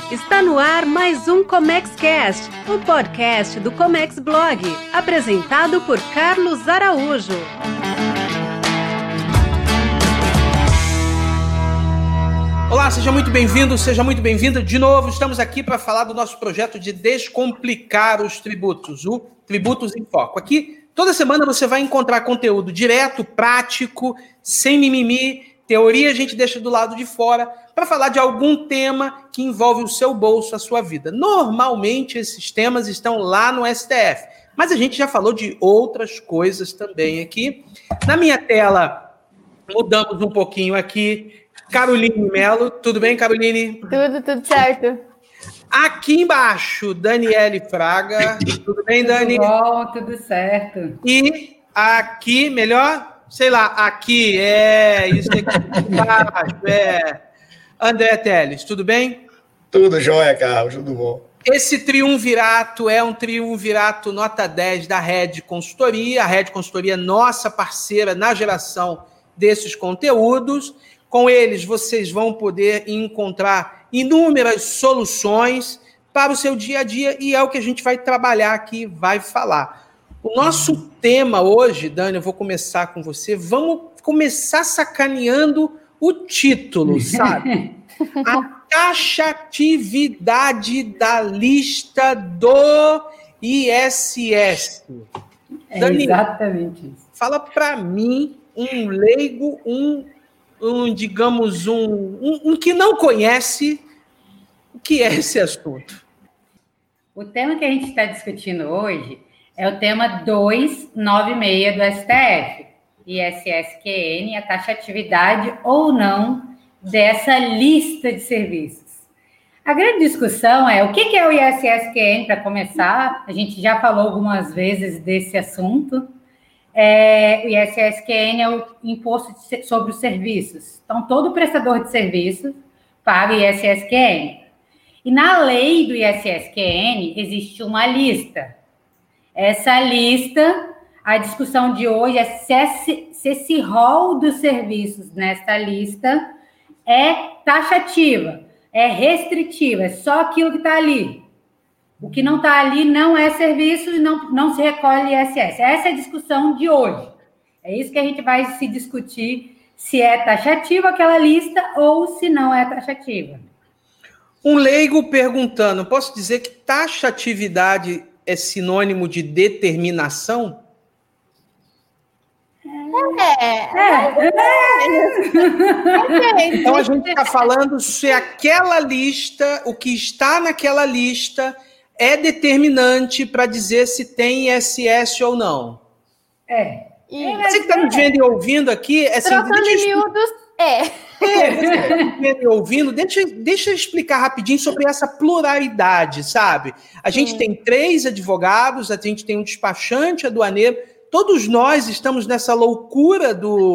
Está no ar mais um ComexCast, o podcast do Comex Blog, apresentado por Carlos Araújo. Olá, seja muito bem-vindo, seja muito bem-vinda. De novo, estamos aqui para falar do nosso projeto de descomplicar os tributos, o Tributos em Foco. Aqui, toda semana você vai encontrar conteúdo direto, prático, sem mimimi, teoria a gente deixa do lado de fora, para falar de algum tema que envolve o seu bolso, a sua vida. Normalmente, esses temas estão lá no STF, mas a gente já falou de outras coisas também aqui. Na minha tela, mudamos um pouquinho aqui. Caroline Mello, tudo bem, Caroline? Tudo certo. Aqui embaixo, Daniele Fraga, tudo bem, Dani? Tudo bom, tudo certo. E aqui, melhor? Sei lá, aqui, isso aqui embaixo, André Teles, tudo bem? Tudo jóia, Carlos, tudo bom. Esse triunvirato é um triunvirato nota 10 da Red Consultoria. A Red Consultoria é nossa parceira na geração desses conteúdos. Com eles, vocês vão poder encontrar inúmeras soluções para o seu dia a dia e é o que a gente vai trabalhar aqui, vai falar. O nosso tema hoje, Dani, eu vou começar com você. Vamos começar sacaneando o título, sabe? A taxatividade da lista do ISS. Dani, exatamente isso. Fala para mim, um leigo, digamos, um que não conhece o que é esse assunto. O tema que a gente está discutindo hoje é o tema 296 do STF, ISSQN, a taxatividade ou não dessa lista de serviços. A grande discussão é o que é o ISSQN, para começar, a gente já falou algumas vezes desse assunto. O ISSQN é o Imposto sobre os Serviços. Então, todo prestador de serviço paga ISSQN. E na lei do ISSQN existe uma lista. Essa lista, a discussão de hoje é se esse rol dos serviços nesta lista é taxativa, é restritiva, é só aquilo que está ali. O que não está ali não é serviço e não se recolhe ISS. Essa é a discussão de hoje. É isso que a gente vai se discutir, se é taxativa aquela lista ou se não é taxativa. Um leigo perguntando, posso dizer que taxatividade é sinônimo de determinação? Então a gente está falando se aquela lista, o que está naquela lista é determinante para dizer se tem ISS ou não. Você que está nos vendo e ouvindo aqui... Assim, trocando em miúdos, Você ouvindo, deixa eu explicar rapidinho sobre essa pluralidade, sabe? A gente tem 3 advogados, a gente tem um despachante aduaneiro, todos nós estamos nessa loucura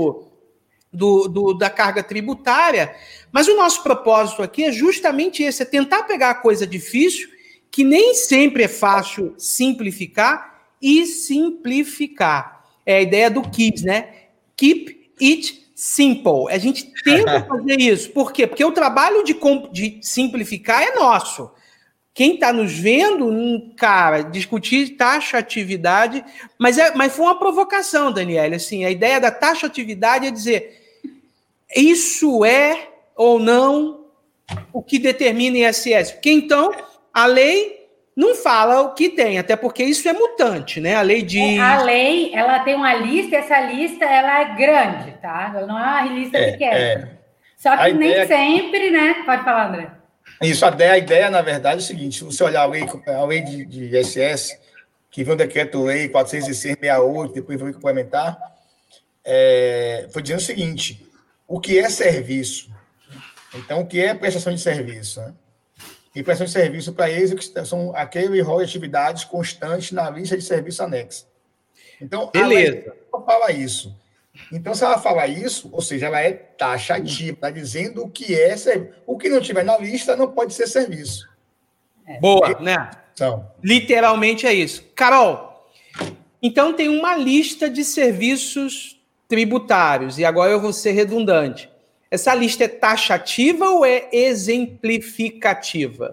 da carga tributária, mas o nosso propósito aqui é justamente esse, é tentar pegar a coisa difícil, que nem sempre é fácil simplificar, e simplificar. É a ideia do KISS, né? Keep it simple. A gente tenta fazer isso. Por quê? Porque o trabalho de simplificar é nosso. Quem está nos vendo, cara, discutir taxatividade, mas foi uma provocação, Daniela. Assim, a ideia da taxatividade é dizer isso é ou não o que determina ISS. Porque então a lei não fala o que tem, até porque isso é mutante, né? A lei diz... A lei, ela tem uma lista, essa lista, ela é grande, tá? Ela não é uma lista pequena. Só que nem sempre, né? Pode falar, André. Isso, a ideia, na verdade, é o seguinte, se você olhar a lei de ISS, que vem o decreto-lei 406/68, depois veio complementar, foi dizendo o seguinte, o que é serviço? Então, o que é prestação de serviço, né? E prestação de serviço para eles são aquele rol de atividades constantes na lista de serviço anexo. Então, beleza. A lei fala isso. Então, se ela falar isso, ou seja, ela é taxativa, está dizendo o que é serviço. O que não tiver na lista não pode ser serviço. Boa, né? Então, literalmente é isso. Carol, então tem uma lista de serviços tributários, e agora eu vou ser redundante. Essa lista é taxativa ou é exemplificativa?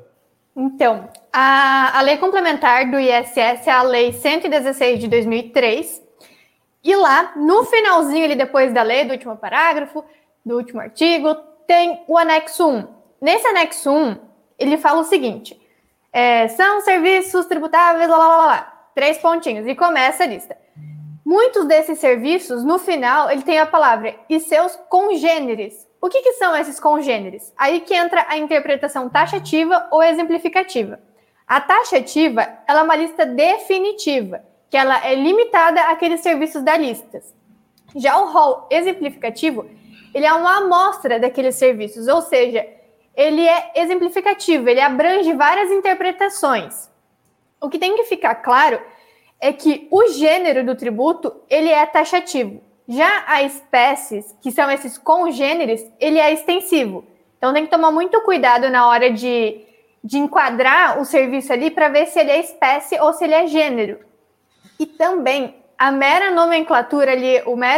Então, a lei complementar do ISS é a Lei 116 de 2003. E lá, no finalzinho, ali depois da lei, do último parágrafo, do último artigo, tem o anexo 1. Nesse anexo 1, ele fala o seguinte: são serviços tributáveis, 3 pontinhos, e começa a lista. Muitos desses serviços, no final, ele tem a palavra e seus congêneres. O que são esses congêneres? Aí que entra a interpretação taxativa ou exemplificativa. A taxativa, ela é uma lista definitiva, que ela é limitada àqueles serviços da lista. Já o rol exemplificativo, ele é uma amostra daqueles serviços, ou seja, ele é exemplificativo, ele abrange várias interpretações. O que tem que ficar claro é que o gênero do tributo, ele é taxativo. Já as espécies, que são esses congêneres, ele é extensivo. Então tem que tomar muito cuidado na hora de enquadrar o serviço ali para ver se ele é espécie ou se ele é gênero. E também a mera nomenclatura ali,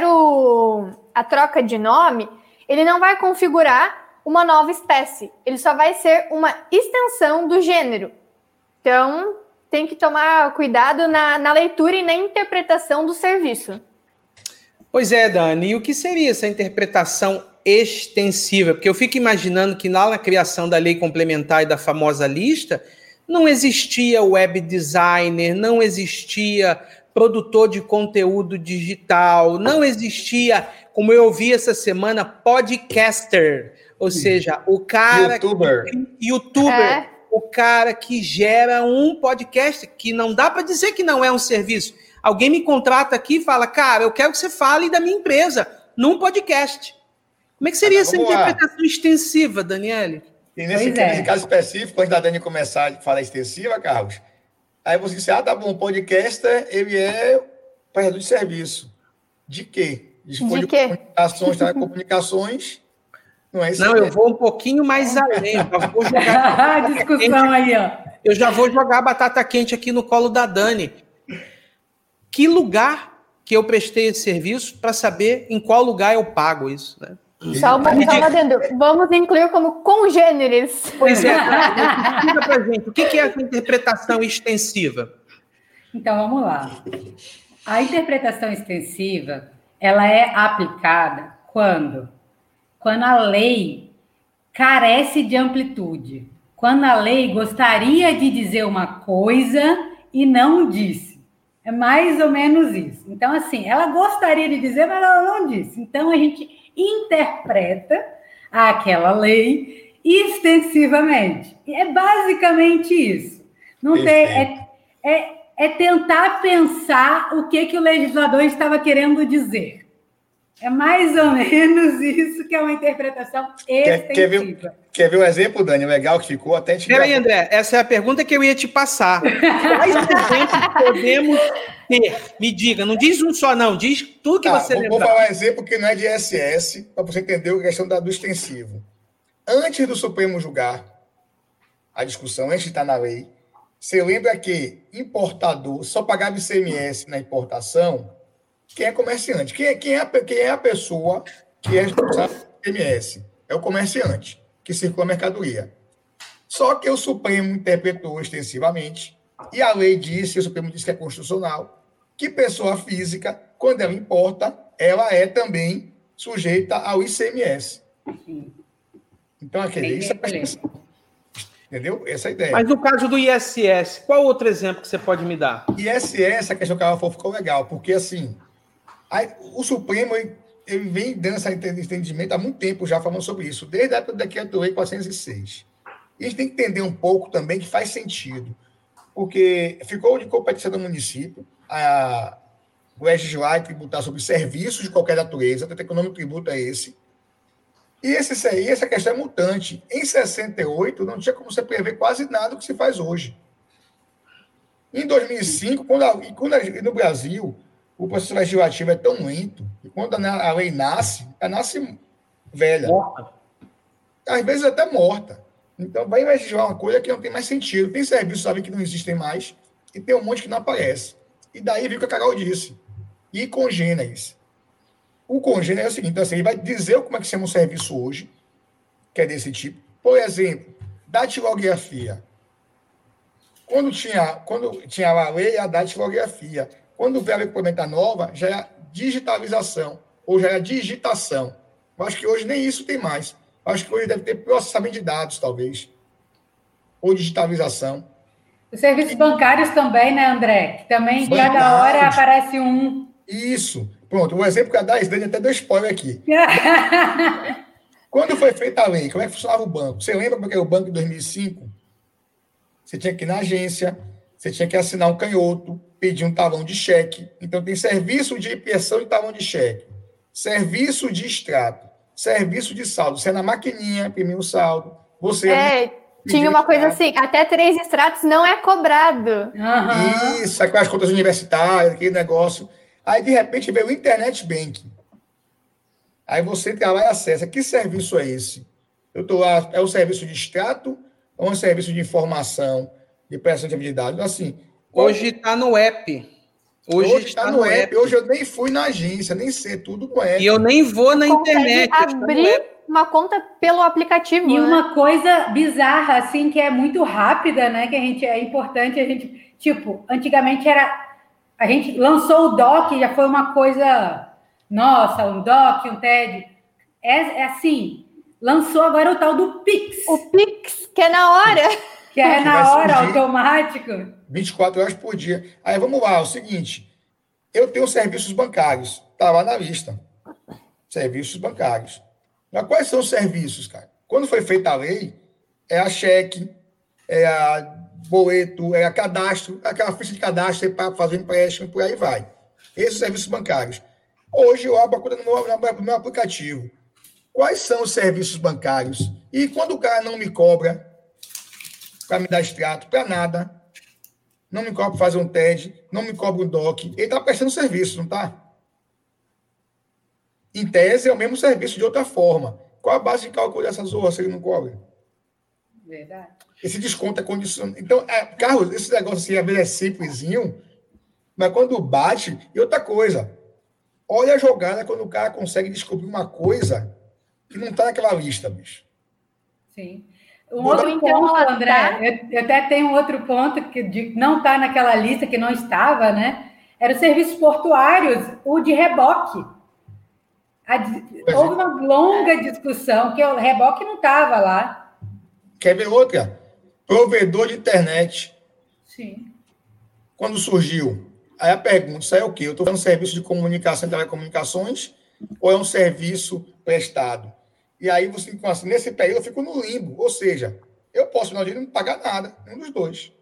a troca de nome, ele não vai configurar uma nova espécie. Ele só vai ser uma extensão do gênero. Então tem que tomar cuidado na leitura e na interpretação do serviço. Pois é, Dani, e o que seria essa interpretação extensiva? Porque eu fico imaginando que lá na criação da lei complementar e da famosa lista, não existia web designer, não existia produtor de conteúdo digital, não existia, como eu ouvi essa semana, podcaster, ou seja, o cara... YouTuber. O cara que gera um podcast, que não dá para dizer que não é um serviço. Alguém me contrata aqui e fala, cara, eu quero que você fale da minha empresa num podcast. Como é que seria essa interpretação extensiva, Daniele? E nesse caso específico, antes da Dani começar a falar extensiva, Carlos, aí você disse, tá bom, podcaster, ele é prestador de serviço. De quê? De quê? Comunicações. Não, é isso. Não, eu vou um pouquinho mais além. Eu vou jogar discussão aí, ó. Eu já vou jogar a batata quente aqui no colo da Dani. Que lugar que eu prestei esse serviço para saber em qual lugar eu pago isso, né? Só uma adendo. Vamos incluir como congêneres. Pois é. Explica pra gente, o que é essa interpretação extensiva? Então, vamos lá. A interpretação extensiva, ela é aplicada quando a lei carece de amplitude, quando a lei gostaria de dizer uma coisa e não disse. É mais ou menos isso. Então, assim, ela gostaria de dizer, mas ela não disse. Então, a gente interpreta aquela lei extensivamente. E é basicamente isso. Não tem, é tentar pensar o que o legislador estava querendo dizer. É mais ou menos isso que é uma interpretação extensiva. Quer ver um exemplo, Dani? Legal que ficou até... Peraí, André, essa é a pergunta que eu ia te passar. Quais exemplos podemos ter? Me diga, não diz um só não, diz tudo que você lembrar. Vou falar um exemplo que não é de ISS, para você entender a questão do extensivo. Antes do Supremo julgar a discussão, antes de estar na lei, você lembra que importador só pagava ICMS na importação... Quem é comerciante? Quem é a pessoa que é responsável pelo ICMS? É o comerciante, que circula a mercadoria. Só que o Supremo interpretou extensivamente, e a lei disse, o Supremo disse que é constitucional, que pessoa física, quando ela importa, ela é também sujeita ao ICMS. Então, isso é entendeu? Essa é a ideia. Mas no caso do ISS, qual outro exemplo que você pode me dar? ISS, a questão que ela falou ficou legal, porque assim... o Supremo ele vem dando esse entendimento há muito tempo já falando sobre isso, desde a época do Decreto-Lei 406. E a gente tem que entender um pouco também que faz sentido, porque ficou de competência do município legislar e tributar sobre serviços de qualquer natureza, até que o nome do tributo é esse. E essa questão é mutante. Em 68, não tinha como você prever quase nada do que se faz hoje. Em 2005, no Brasil... o processo legislativo é tão lento que quando a lei nasce, ela nasce velha. Morta. Às vezes até morta. Então, vai legislar uma coisa que não tem mais sentido. Tem serviços, sabe, que não existem mais, e tem um monte que não aparece. E daí vem o que a Carol disse. E congêneres. O congênero é o seguinte, então, assim, ele vai dizer como é que se chama um serviço hoje, que é desse tipo. Por exemplo, datilografia. Quando tinha a lei, a datilografia. Quando veio a lei complementar nova, já é digitalização, ou já é digitação. Eu acho que hoje nem isso tem mais. Eu acho que hoje deve ter processamento de dados, talvez. Ou digitalização. Os serviços bancários também, né, André? Que também, cada hora, aparece um. Isso. Pronto, o exemplo que eu ia dar, esse daí até deu spoiler aqui. Quando foi feita a lei, como é que funcionava o banco? Você lembra porque o banco em 2005? Você tinha que ir na agência, você tinha que assinar um canhoto, pedir um talão de cheque. Então, tem serviço de impressão de talão de cheque, serviço de extrato, serviço de saldo. Você ia na maquininha, imprimia o saldo. Tinha uma coisa assim, até 3 extratos não é cobrado. Uhum. Isso, aquelas contas universitárias, aquele negócio. Aí, de repente, veio o Internet Banking. Aí você entra lá e acessa. Que serviço é esse? Eu estou lá, é um serviço de extrato ou um serviço de informação, de prestação de habilidade? Então, assim, hoje está no app. Hoje está no app. Hoje eu nem fui na agência, nem sei, tudo com app. E eu nem vou na internet. Abrir uma conta pelo aplicativo. E uma coisa bizarra, assim, que é muito rápida, né? Que é importante a gente... Tipo, antigamente a gente lançou o DOC, já foi uma coisa... Nossa, um DOC, um TED. É assim, lançou agora o tal do Pix. O Pix, que é na hora. Que é na hora, automático. 24 horas por dia. Aí, vamos lá, é o seguinte. Eu tenho serviços bancários. Está lá na lista. Serviços bancários. Mas quais são os serviços, cara? Quando foi feita a lei, é a cheque, é a boleto, é a cadastro, aquela ficha de cadastro para fazer empréstimo, por aí vai. Esses serviços bancários. Hoje eu abro a conta no meu aplicativo. Quais são os serviços bancários? E quando o cara não me cobra para me dar extrato, para nada, não me cobra para fazer um TED, não me cobra um DOC, ele está prestando serviço, não está? Em tese, é o mesmo serviço de outra forma. Qual a base de cálculo dessa zorra se ele não cobra? Verdade. Esse desconto é condicionado. Então, Carlos, esse negócio assim, às vezes é simplesinho, mas quando bate... E outra coisa, olha a jogada quando o cara consegue descobrir uma coisa que não está naquela lista, bicho. Sim. Um outro ponto, André, eu até tenho um outro ponto que não está naquela lista, que não estava, né? Era os serviços portuários, o de reboque. Houve uma longa discussão, que o reboque não estava lá. Quer ver outra? Provedor de internet. Sim. Quando surgiu, aí a pergunta, isso aí é o quê? Eu estou fazendo um serviço de comunicação e telecomunicações ou é um serviço prestado? E aí, você, assim, nesse período, eu fico no limbo. Ou seja, eu posso não pagar nada, um dos dois.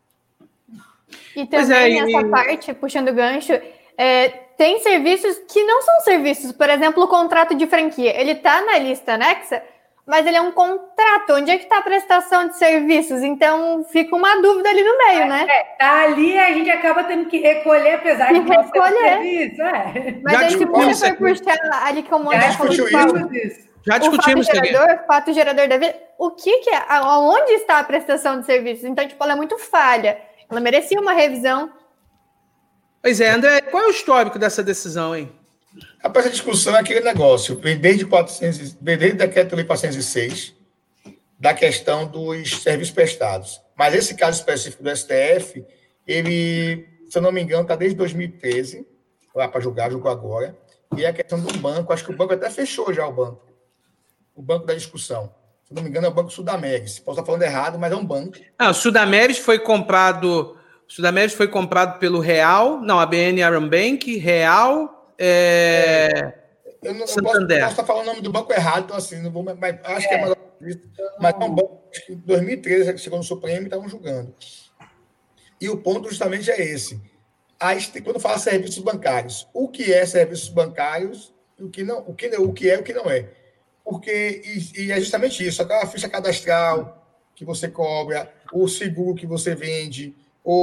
E também nessa parte, puxando o gancho, tem serviços que não são serviços. Por exemplo, o contrato de franquia. Ele está na lista anexa, mas ele é um contrato. Onde é que está a prestação de serviços? Então, fica uma dúvida ali no meio, né? Tá ali, a gente acaba tendo que recolher, apesar de não ser um serviço. Mas aí, se você for puxar ali que eu Já discutimos isso. O fato gerador da vida, o que é? Aonde está a prestação de serviços? Então, tipo, ela é muito falha. Ela merecia uma revisão. Pois é, André, qual é o histórico dessa decisão, hein? Rapaz, a discussão é aquele negócio, vem desde o Decreto-Lei 406, da questão dos serviços prestados. Mas esse caso específico do STF, ele, se eu não me engano, está desde 2013, lá para julgar, julgou agora, e é a questão do banco, acho que o banco até fechou já o banco da discussão. Se eu não me engano, é o Banco Sudameris. Posso estar falando errado, mas é um banco. O Sudameris foi comprado pelo Real, não, a BN Aram Bank, Real, Santander. Eu posso estar falando o nome do banco errado, então assim, não vou, mas acho que é mais isso. Mas é um banco, acho que em 2013, chegou no Supremo e estavam julgando. E o ponto justamente é esse. Quando fala serviços bancários, o que é serviços bancários, o que é e o que não é. Porque, e é justamente isso, aquela ficha cadastral que você cobra, o seguro que você vende,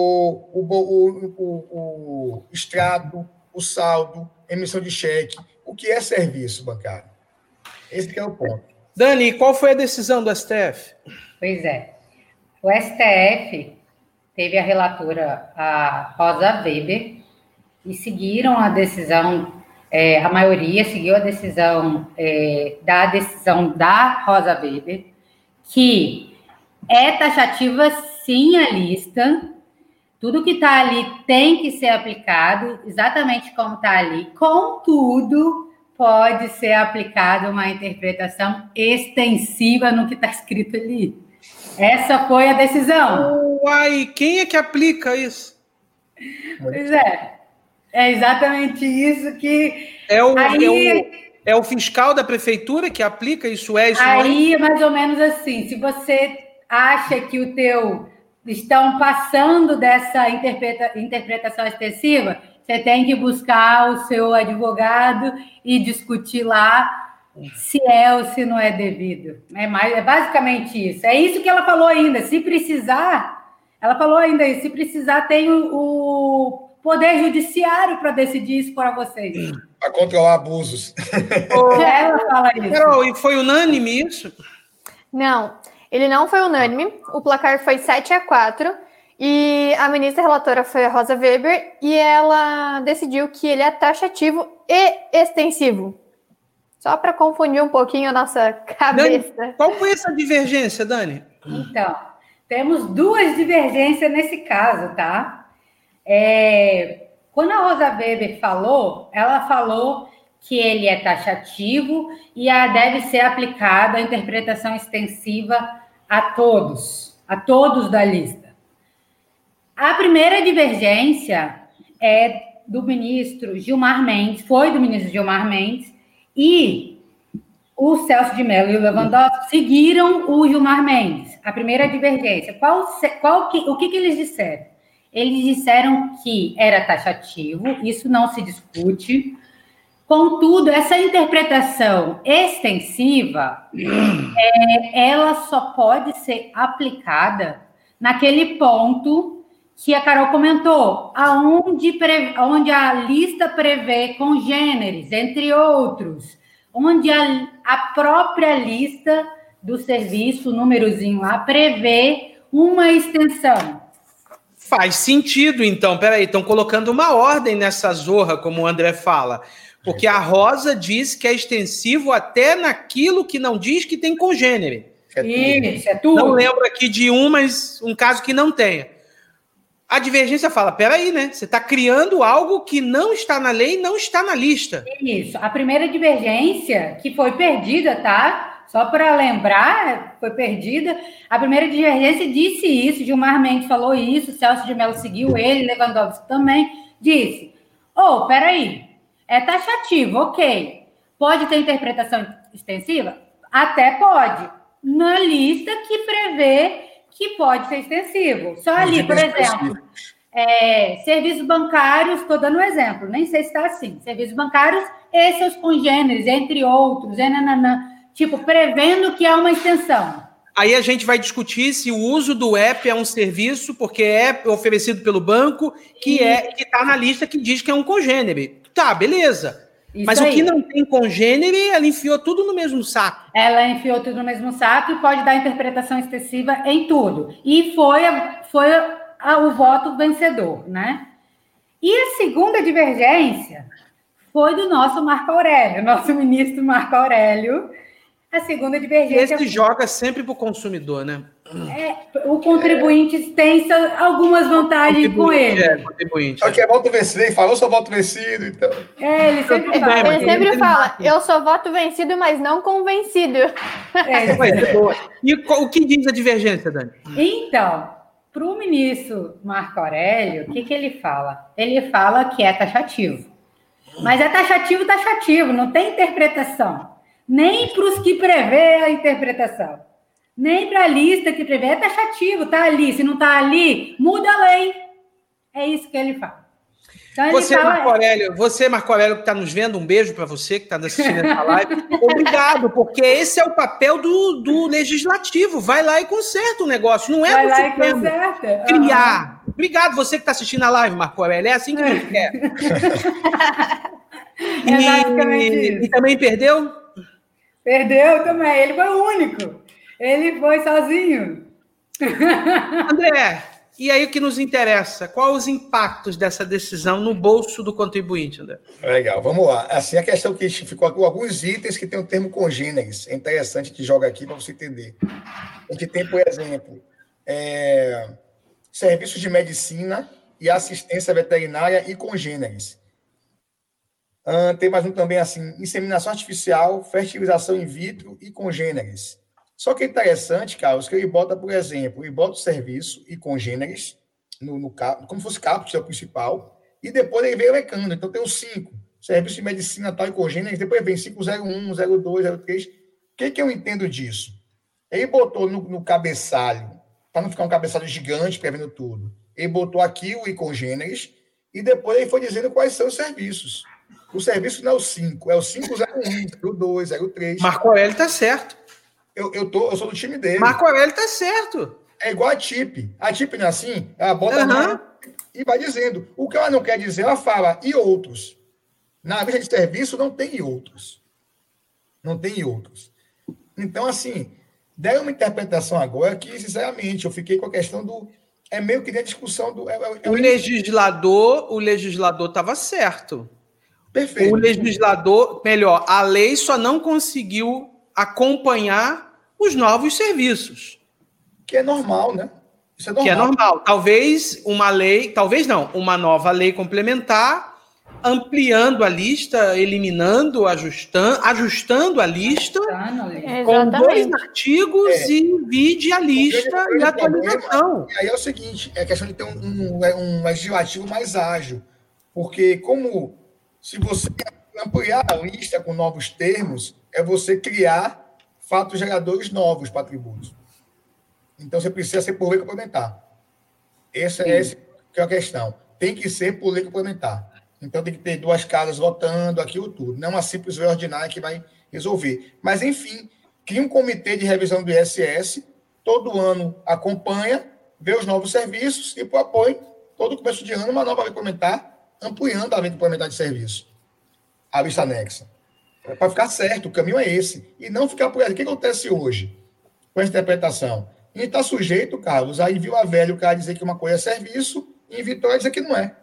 o extrato, o saldo, emissão de cheque, o que é serviço bancário. Esse que é o ponto. Dani, qual foi a decisão do STF? Pois é. O STF teve a relatora, a Rosa Weber, e seguiram a decisão, a maioria seguiu a decisão da Rosa Weber, que é taxativa sim a lista. Tudo que está ali tem que ser aplicado exatamente como está ali. Contudo, pode ser aplicada uma interpretação extensiva no que está escrito ali. Essa foi a decisão. Uai, quem é que aplica isso? Pois é. É exatamente isso que... É o fiscal da prefeitura que aplica isso? Aí, mais ou menos assim, se você acha que o teu... estão passando dessa interpretação extensiva, você tem que buscar o seu advogado e discutir lá se é ou se não é devido. É basicamente isso. É isso que ela falou ainda. Se precisar, ela falou ainda isso, se precisar, tem o Poder Judiciário para decidir isso para vocês. Para controlar abusos. Ela fala isso. Carol, e foi unânime isso? Não, ele não foi unânime. O placar foi 7-4. E a ministra relatora foi a Rosa Weber. E ela decidiu que ele é taxativo e extensivo. Só para confundir um pouquinho a nossa cabeça. Dani, qual foi essa divergência, Dani? Então, temos duas divergências nesse caso, tá? Quando a Rosa Weber falou, ela falou que ele é taxativo e deve ser aplicada a interpretação extensiva a todos da lista. A primeira divergência é do ministro Gilmar Mendes, foi do ministro Gilmar Mendes, e o Celso de Mello e o Lewandowski seguiram o Gilmar Mendes. A primeira divergência. O que eles disseram? Eles disseram que era taxativo, isso não se discute. Contudo, essa interpretação extensiva, ela só pode ser aplicada naquele ponto que a Carol comentou, onde a lista prevê congêneres, entre outros, onde a própria lista do serviço, o númerozinho lá, prevê uma extensão. Faz sentido, então. Peraí, estão colocando uma ordem nessa zorra, como o André fala. Porque a Rosa diz que é extensivo até naquilo que não diz que tem congênere. Isso, é tudo. Não lembro aqui de mas um caso que não tenha. A divergência fala, peraí, né? Você está criando algo que não está na lei e não está na lista. Isso. A primeira divergência, que foi perdida, tá? Só para lembrar, foi perdida. A primeira divergência disse isso, Gilmar Mendes falou isso, Celso de Mello seguiu ele, Lewandowski também, disse, peraí, é taxativo, ok. Pode ter interpretação extensiva? Até pode. Na lista que prevê que pode ser extensivo. Só ali, por exemplo, serviços bancários, estou dando um exemplo, nem sei se está assim. Serviços bancários e seus congêneres, entre outros, tipo, prevendo que há uma extensão. Aí a gente vai discutir se o uso do app é um serviço, porque é oferecido pelo banco, que está na lista que diz que é um congênere. Tá, beleza. Isso. Mas aí. O que não tem congênere, ela enfiou tudo no mesmo saco. Ela enfiou tudo no mesmo saco e pode dar interpretação extensiva em tudo. E foi o voto vencedor, né? E a segunda divergência foi do nosso Marco Aurélio, nosso ministro Marco Aurélio. A segunda divergência... Esse joga sempre para o consumidor, né? O contribuinte tem algumas vantagens com ele. Contribuinte. Só que é voto vencido, ele falou, sou voto vencido, então... Ele sempre fala. Ele sempre fala, eu sou voto vencido, mas não convencido. E o que diz a divergência, Dani? Então, para o ministro Marco Aurélio, o que ele fala? Ele fala que é taxativo. Mas é taxativo, não tem interpretação. Nem para os que prevê a interpretação. Nem para a lista que prevê. É taxativo, está ali. Se não está ali, muda a lei. É isso que ele fala. Então, ele Marco Aurélio, que está nos vendo, um beijo para você que está assistindo essa live. Obrigado, porque esse é o papel do legislativo. Vai lá e conserta o negócio. Não é vai lá e conserta. Criar. Obrigado, você que está assistindo a live, Marco Aurélio. É assim que a gente quer. E também perdeu? Perdeu também. Ele foi o único. Ele foi sozinho. André, e aí o que nos interessa? Quais os impactos dessa decisão no bolso do contribuinte, André? Legal, vamos lá. Assim, a questão que ficou com alguns itens que tem o termo congêneres. É interessante que joga aqui para você entender. A gente tem, por exemplo, serviços de medicina e assistência veterinária e congêneres. Tem mais um também, assim, inseminação artificial, fertilização in vitro e congêneres. Só que é interessante, Carlos, que ele bota, por exemplo, ele bota o serviço e congêneres, como se fosse caput, é o principal, e depois ele vem elencando. Então, tem os 5, serviço de medicina tal e congêneres, depois vem 501, 02, 03. O que eu entendo disso? Ele botou no cabeçalho, para não ficar um cabeçalho gigante prevendo tudo, ele botou aqui o e congêneres, e depois ele foi dizendo quais são os serviços. O serviço não é o 5, é o 501, 02, 03. Marco Aurélio está certo. Eu sou do time dele. Marco Aurélio está certo. É igual a TIP. A TIP não é assim? Ela bota e vai dizendo. O que ela não quer dizer, ela fala e outros. Na lista de serviço não tem e outros. Não tem e outros. Então, assim, deram uma interpretação agora que, sinceramente, eu fiquei com a questão do... É meio que a discussão do... O legislador estava certo. Perfeito. O legislador, melhor, a lei só não conseguiu acompanhar os novos serviços. Que é normal, né? Isso é normal. Que é normal. Talvez uma nova lei complementar, ampliando a lista, eliminando, ajustando a lista, com 2 artigos e vide a lista e atualização. E aí é o seguinte, é questão de ter um legislativo mais ágil, porque como se você ampliar a lista com novos termos, é você criar fatos geradores novos para tributos. Então, você precisa ser por lei complementar. Essa é a questão. Tem que ser por lei complementar. Então, tem que ter 2 casas votando aquilo tudo. Não é uma simples lei ordinária que vai resolver. Mas, enfim, cria um comitê de revisão do ISS, todo ano acompanha, vê os novos serviços e propõe, todo começo de ano, uma nova lei complementar, ampliando a lei complementar de serviço. A lista anexa. Para ficar certo, o caminho é esse. E não ficar por aí. O que acontece hoje com essa interpretação? A gente está sujeito, Carlos, a em Vila Velha o cara dizer que uma coisa é serviço e em Vitória dizer que não é.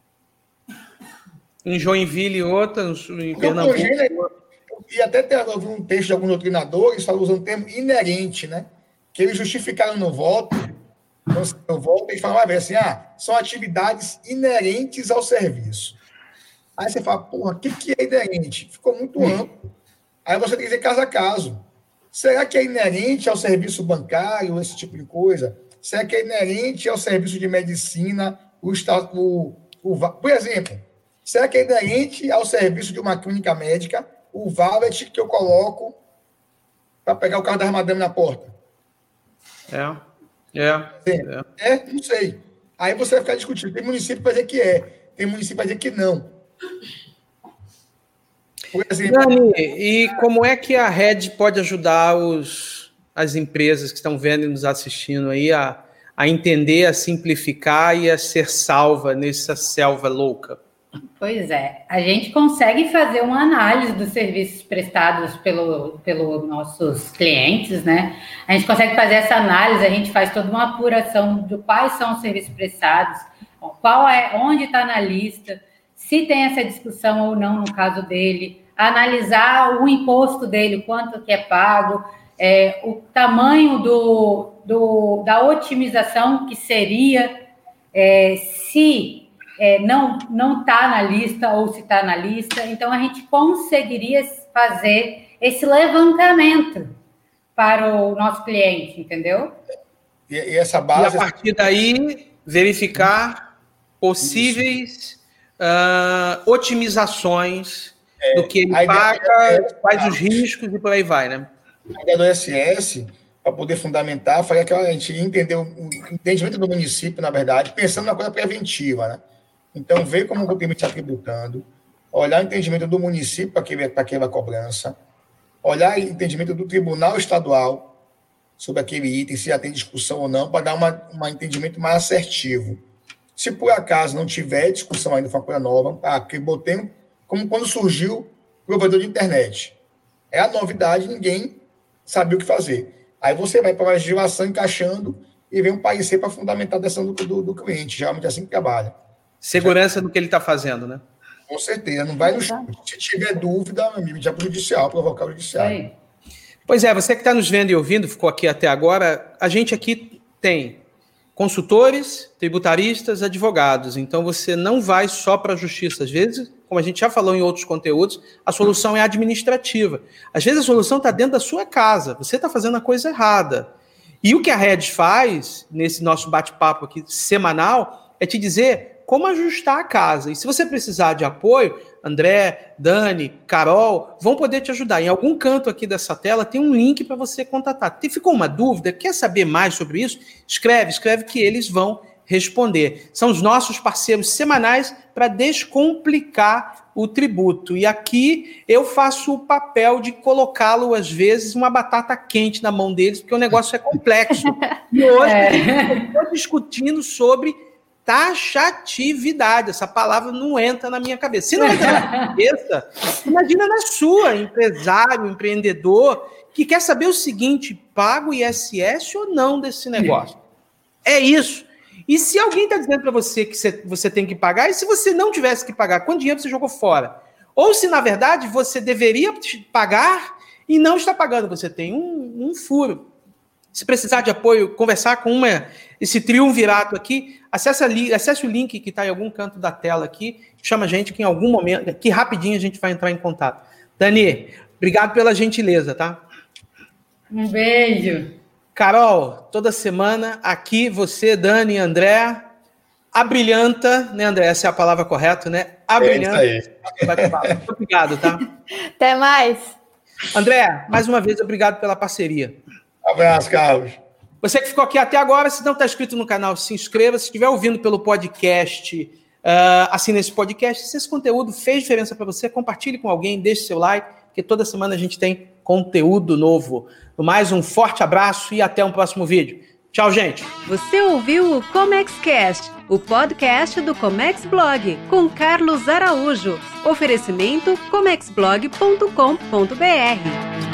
Em Joinville, outra, em Pernambuco. E até eu vi um texto de alguns doutrinadores usando o termo inerente, né? Que eles justificaram no voto. No voto, eles falavam assim, são atividades inerentes ao serviço. Aí você fala, porra, o que é inerente? Ficou muito amplo. Aí você tem que dizer caso a caso. Será que é inerente ao serviço bancário, esse tipo de coisa? Será que é inerente ao serviço de medicina, por exemplo, será que é inerente ao serviço de uma clínica médica, o valet que eu coloco para pegar o carro da madame na porta? Não sei. Aí você vai ficar discutindo. Tem município para dizer que tem município para dizer que não. Por exemplo, Dani, e como é que a Red pode ajudar as empresas que estão vendo e nos assistindo aí a entender, a simplificar e a ser salva nessa selva louca? Pois é, a gente consegue fazer uma análise dos serviços prestados pelos nossos clientes, né? A gente consegue fazer essa análise, a gente faz toda uma apuração de quais são os serviços prestados, onde está na lista, se tem essa discussão ou não no caso dele, analisar o imposto dele, quanto que é pago, o tamanho da otimização que seria, se não está na lista ou se está na lista. Então, a gente conseguiria fazer esse levantamento para o nosso cliente, entendeu? E essa base... E a partir daí, verificar possíveis otimizações do que ele paga, quais os riscos e por aí vai, né? A ideia do ISS, para poder fundamentar, foi que a gente entendeu o entendimento do município, na verdade, pensando na coisa preventiva, né? Então, ver como o contribuinte está tributando, olhar o entendimento do município para aquela cobrança, olhar o entendimento do tribunal estadual sobre aquele item, se já tem discussão ou não, para dar um entendimento mais assertivo. Se por acaso não tiver discussão ainda, foi uma coisa nova, que botei como quando surgiu o provedor de internet. É a novidade, ninguém sabia o que fazer. Aí você vai para a legislação encaixando e vem um parecer para fundamentar a decisão do cliente. Geralmente é assim que trabalha. Segurança do que ele está fazendo, né? Com certeza. Não vai no chute. Se tiver dúvida, meu amigo, já para o judicial, provocar o judiciário. Pois é, você que está nos vendo e ouvindo, ficou aqui até agora, a gente aqui Tem consultores, tributaristas, advogados. Então, você não vai só para a justiça. Às vezes, como a gente já falou em outros conteúdos, a solução é administrativa. Às vezes, a solução está dentro da sua casa. Você está fazendo a coisa errada. E o que a Rede faz, nesse nosso bate-papo aqui semanal, é te dizer como ajustar a casa. E se você precisar de apoio, André, Dani, Carol, vão poder te ajudar. Em algum canto aqui dessa tela tem um link para você contatar. Ficou uma dúvida? Quer saber mais sobre isso? Escreve que eles vão responder. São os nossos parceiros semanais para descomplicar o tributo. E aqui eu faço o papel de colocá-lo, às vezes, uma batata quente na mão deles, porque o negócio é complexo. E hoje eu estou discutindo sobre taxatividade. Essa palavra não entra na minha cabeça. Se não entra na minha cabeça, imagina na sua, empresário, empreendedor, que quer saber o seguinte: pago ISS ou não desse negócio? É isso. E se alguém está dizendo para você que você tem que pagar, e se você não tivesse que pagar, quanto dinheiro você jogou fora? Ou se, na verdade, você deveria pagar e não está pagando, você tem um furo. Se precisar de apoio, conversar com esse triunvirato aqui, acesse o link que está em algum canto da tela aqui, chama a gente que em algum momento, que rapidinho a gente vai entrar em contato. Dani, obrigado pela gentileza, tá? Um beijo. Carol, toda semana aqui, você, Dani e André, abrilhanta, né, André? Essa é a palavra correta, né? Abrilhanta. É isso aí. Muito obrigado, tá? Até mais. André, mais uma vez, obrigado pela parceria. Um abraço, Carlos. Você que ficou aqui até agora, se não está inscrito no canal, se inscreva. Se estiver ouvindo pelo podcast, assine esse podcast. Se esse conteúdo fez diferença para você, compartilhe com alguém, deixe seu like, porque toda semana a gente tem conteúdo novo. Mais um forte abraço e até um próximo vídeo. Tchau, gente. Você ouviu o ComexCast, o podcast do Comex Blog, com Carlos Araújo. Oferecimento comexblog.com.br.